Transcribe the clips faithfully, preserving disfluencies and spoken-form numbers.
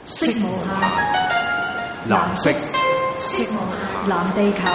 色無限， 藍色， 色無限，藍地球。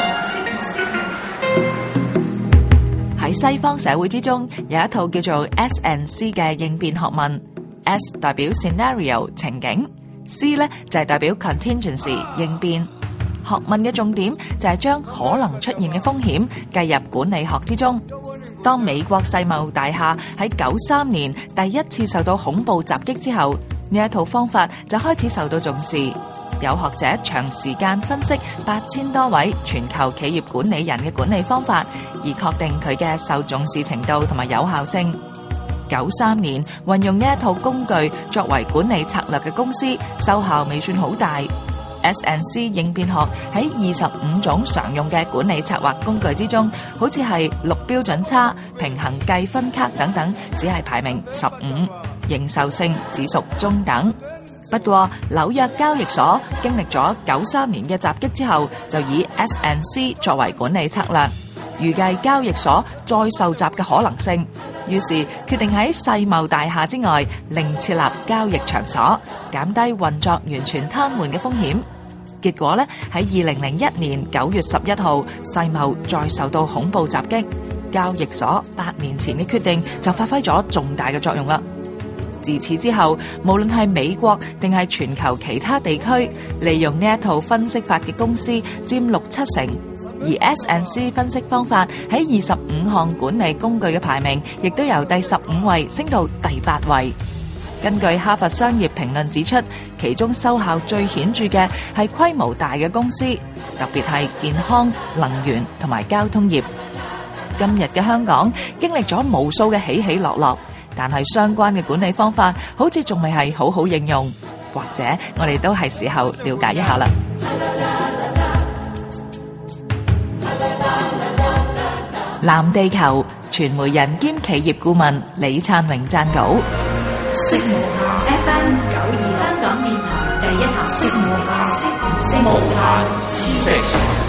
喺西方社會之中，有一套叫做 S and C 嘅應變學問。S 代表 scenario 情景 ，C 咧就係代表 contingency 應變。學問嘅重點就係將可能出現嘅風險計入管理學之中。當美國世貿大廈喺九三年第一次受到恐怖襲擊之後，呢一套方法就開始受到重視。有學者長時間分析八千多位全球企業管理人嘅管理方法，而確定佢嘅受重視程度同埋有效性。九三年運用呢一套工具作為管理策略嘅公司，收效未算好大。S and C 應變學喺二十五種常用嘅管理策劃工具之中，好似係六標準差、平衡計分卡等等，只係排名十五，認受性只屬中等。不過紐約交易所經歷咗九三年嘅襲擊之後，就以 S and C 作為管理策略，預計交易所再受襲嘅可能性，於是決定喺世貿大廈之外另設立交易場所，減低運作完全癱瘓嘅風險。結果咧，喺二零零一年九月十一號，世貿再受到恐怖襲擊，交易所八年前嘅決定就發揮咗重大嘅作用啦。自此之後，無論係美國定係全球其他地區，利用呢一套分析法嘅公司佔六七成，而 S and C 分析方法喺二十五項管理工具嘅排名，亦都由第十五位升到第八位。根據哈佛商業評論指出，其中收效最顯著嘅係規模大嘅公司，特別係健康、能源同埋交通業。今日嘅香港經歷咗無數嘅起起落落，但係相關嘅管理方法好似仲未係好好應用，或者我哋都係時候了解一下啦。藍地球傳媒人兼企業顧問李燦榮撰稿。 色無限 F M 九二香港電台第一台，色無限，色無限知識。